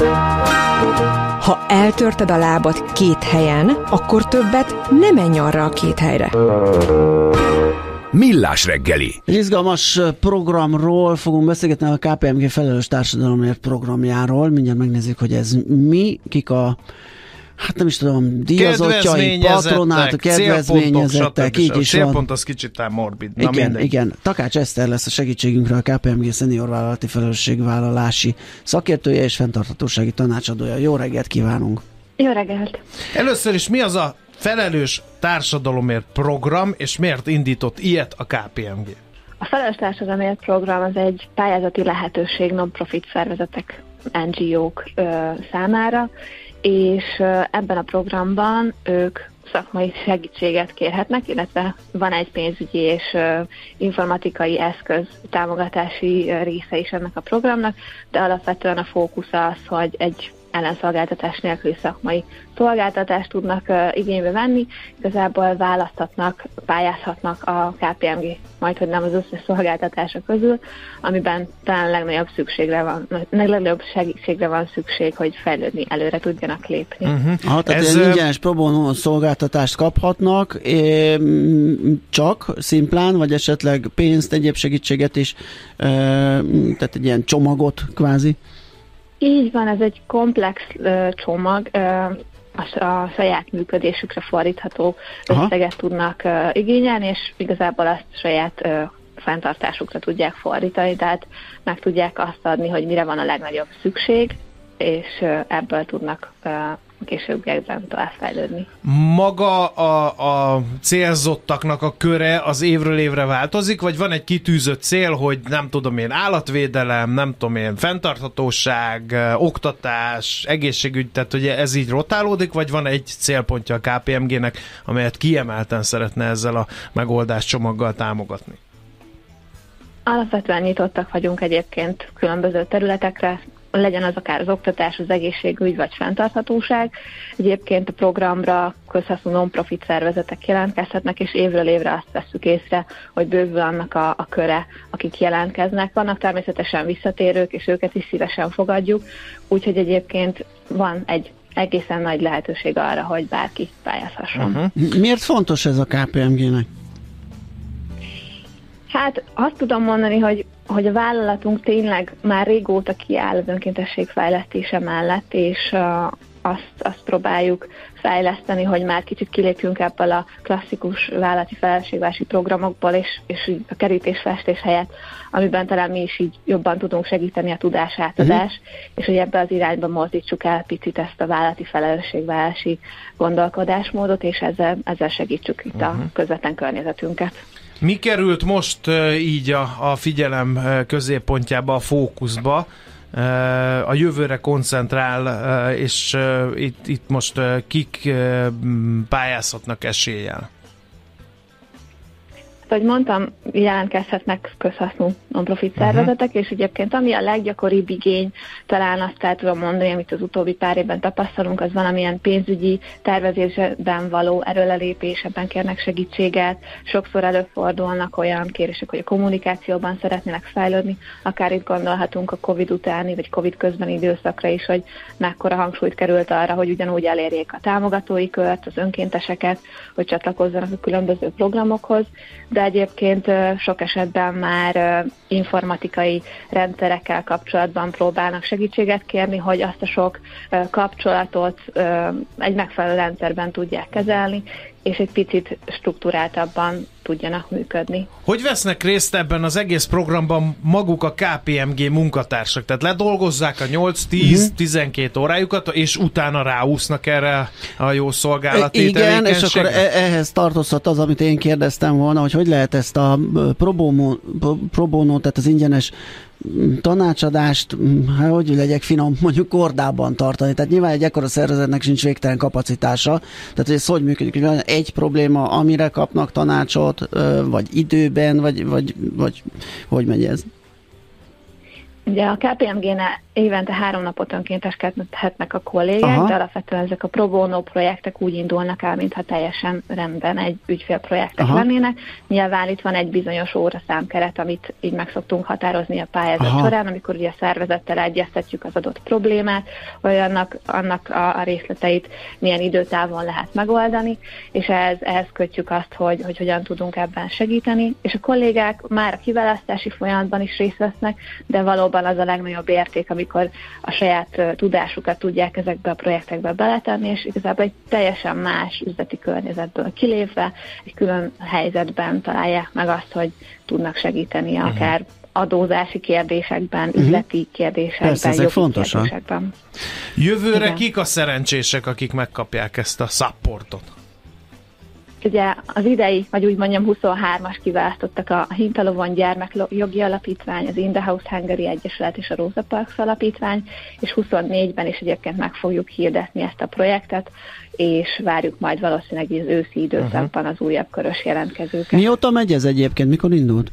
Ha eltörted a lábad 2 helyen, akkor többet nem menj arra a 2 helyre. Millás reggeli. Egy izgalmas programról fogunk beszélgetni, a KPMG felelős társadalomért programjáról. Mindjárt megnézzük, hogy ez mi, kik a nem is tudom, díjazottjai, patronát, kedvezményezettek, így is van. A célpont az kicsit morbid. Igen. Takács Eszter lesz a segítségünkre, a KPMG szenior vállalati felelősségvállalási szakértője és fenntarthatósági tanácsadója. Jó reggelt kívánunk! Jó reggelt! Először is mi az a felelős társadalomért program, és miért indított ilyet a KPMG? A felelős társadalomért program az egy pályázati lehetőség non-profit szervezetek, NGO-k számára, és ebben a programban ők szakmai segítséget kérhetnek, illetve van egy pénzügyi és informatikai eszköz támogatási része is ennek a programnak, de alapvetően a fókusz az, hogy egy ellenszolgáltatás nélküli szakmai szolgáltatást tudnak igénybe venni, igazából választhatnak, pályázhatnak a KPMG, majd hogy nem az összes szolgáltatása közül, amiben talán legnagyobb segítségre van szükség, hogy fejlődni, előre tudjanak lépni. Tehát ez ingyenes pro bono szolgáltatást kaphatnak, csak szimplán, vagy esetleg pénzt, egyéb segítséget is, tehát egy ilyen csomagot kvázi? Így van, ez egy komplex csomag, a saját működésükre fordítható összeget tudnak igényelni, és igazából azt saját fenntartásukra tudják fordítani, tehát meg tudják azt adni, hogy mire van a legnagyobb szükség, és ebből tudnak későbbiekben továbbfejlődni. Maga a célzottaknak a köre az évről évre változik, vagy van egy kitűzött cél, hogy nem tudom én, állatvédelem, nem tudom én, fenntarthatóság, oktatás, egészségügy, tehát hogy ez így rotálódik, vagy van egy célpontja a KPMG-nek, amelyet kiemelten szeretne ezzel a megoldáscsomaggal támogatni? Alapvetően nyitottak vagyunk egyébként különböző területekre, legyen az akár az oktatás, az egészségügy vagy fenntarthatóság. Egyébként a programra közhasznú non-profit szervezetek jelentkezhetnek, és évről évre azt vesszük észre, hogy bővül annak a köre, akik jelentkeznek. Vannak természetesen visszatérők, és őket is szívesen fogadjuk, úgyhogy egyébként van egy egészen nagy lehetőség arra, hogy bárki pályázhasson. Miért fontos ez a KPMG-nek? Hát azt tudom mondani, hogy a vállalatunk tényleg már régóta kiáll az önkéntesség fejlesztése mellett, és azt próbáljuk fejleszteni, hogy már kicsit kilépjünk ebből a klasszikus vállalati felelősségvállalási programokból, és a kerítésfestés helyett, amiben talán mi is így jobban tudunk segíteni a tudásátadás, és hogy ebbe az irányba mozdítsuk el picit ezt a vállalati felelősségvállalási gondolkodásmódot, és ezzel segítsük itt a közvetlen környezetünket. Mi került most így a figyelem középpontjába, a fókuszba? A jövőre koncentrál, és itt most kik pályázhatnak eséllyel? Ahogy mondtam, jelentkezhetnek közhasznú non-profit szervezetek, és egyébként ami a leggyakoribb igény, talán azt el tudom mondani, amit az utóbbi pár évben tapasztalunk, az valamilyen pénzügyi tervezésben való erőlelépés, ebben kérnek segítséget. Sokszor előfordulnak olyan kérések, hogy a kommunikációban szeretnének fejlődni, akár itt gondolhatunk a Covid utáni, vagy Covid közbeni időszakra is, hogy mekkora hangsúlyt került arra, hogy ugyanúgy elérjék a támogatói kört, az önkénteseket, hogy csatlakozzanak a különböző programokhoz, de egyébként sok esetben már informatikai rendszerekkel kapcsolatban próbálnak segítséget kérni, hogy azt a sok kapcsolatot egy megfelelő rendszerben tudják kezelni, és egy picit struktúráltabban tudjanak működni. Hogy vesznek részt ebben az egész programban maguk a KPMG munkatársak? Tehát ledolgozzák a 8-10-12 órájukat, és utána ráúsznak erre a jó szolgálati tevékenységre? Igen, és akkor ehhez tartozhat az, amit én kérdeztem volna, hogy lehet ezt a pro bono, tehát az ingyenes tanácsadást, hogy legyek finom, mondjuk kordában tartani. Tehát nyilván egy ekkora szervezetnek sincs végtelen kapacitása. Tehát, hogy ez hogy működik? Hogy van egy probléma, amire kapnak tanácsot, vagy időben, vagy hogy megy ez? Ugye a KPMG-nál évente 3 napot önkénteskedhetnek a kollégák, Aha. de alapvetően ezek a pro bono projektek úgy indulnak el, mintha teljesen rendben egy ügyfélprojektek lennének. Nyilván itt van egy bizonyos óraszámkeret, amit így meg szoktunk határozni a pályázat során, amikor ugye a szervezettel egyeztetjük az adott problémát, vagy annak a részleteit milyen időtávon lehet megoldani, és ehhez kötjük azt, hogy hogyan tudunk ebben segíteni, és a kollégák már a kiválasztási folyamatban is részt vesznek, de valóban az a legnagyobb érték, amikor a saját tudásukat tudják ezekbe a projektekbe beletenni, és igazából egy teljesen más üzleti környezetből kilépve, egy külön helyzetben találják meg azt, hogy tudnak segíteni akár adózási kérdésekben, üzleti kérdésekben, persze, ezek jogi fontosak. kérdésekben. Jövőre Igen. kik a szerencsések, akik megkapják ezt a supportot? Ugye az idei, vagy úgy mondjam 23-as kiválasztottak a Hintalovon Gyermekjogi Alapítvány, az In the House Hungary Egyesület és a Rosa Parks Alapítvány, és 24-ben is egyébként meg fogjuk hirdetni ezt a projektet, és várjuk majd valószínűleg az őszi időszakban az újabb körös jelentkezőket. Mióta megy ez egyébként? Mikor indult?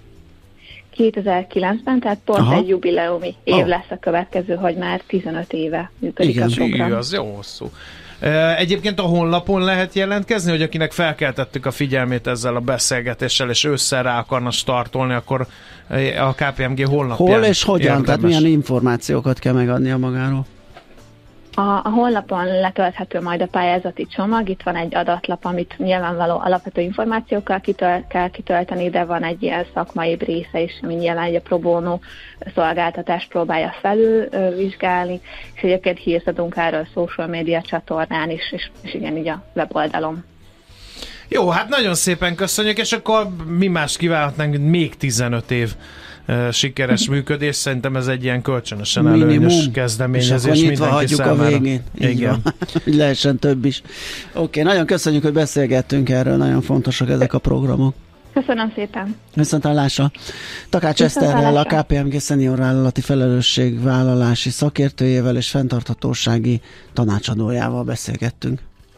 2009-ben, tehát pont egy jubileumi év lesz a következő, hogy már 15 éve működik a program. Az jó hosszú. Egyébként a honlapon lehet jelentkezni, hogy akinek felkeltettük a figyelmét ezzel a beszélgetéssel, és ősszel rá akarna startolni, akkor a KPMG honlapján Hol és hogyan? érdemes. Tehát milyen információkat kell megadnia magáról? A honlapon letölthető majd a pályázati csomag, itt van egy adatlap, amit nyilvánvaló alapvető információkkal kell kitölteni, de van egy ilyen szakmai része is, ami nyilván egy a pro bono szolgáltatást próbálja felülvizsgálni, és egyébként hírt adunk erről social media csatornán is, és igen, így a weboldalon. Jó, hát nagyon szépen köszönjük, és akkor mi más kívánhatnánk, mint még 15 év sikeres működés. Szerintem ez egy ilyen kölcsönösen előnyös kezdeményezés mindenki számára. A végén. Igen. Hogy lehessen több is. Oké, nagyon köszönjük, hogy beszélgettünk erről, nagyon fontosak ezek a programok. Köszönöm szépen. Viszonthallásra. Takács Eszterrel, a KPMG szenior vállalati felelősségvállalási szakértőjével és fenntarthatósági tanácsadójával beszélgettünk.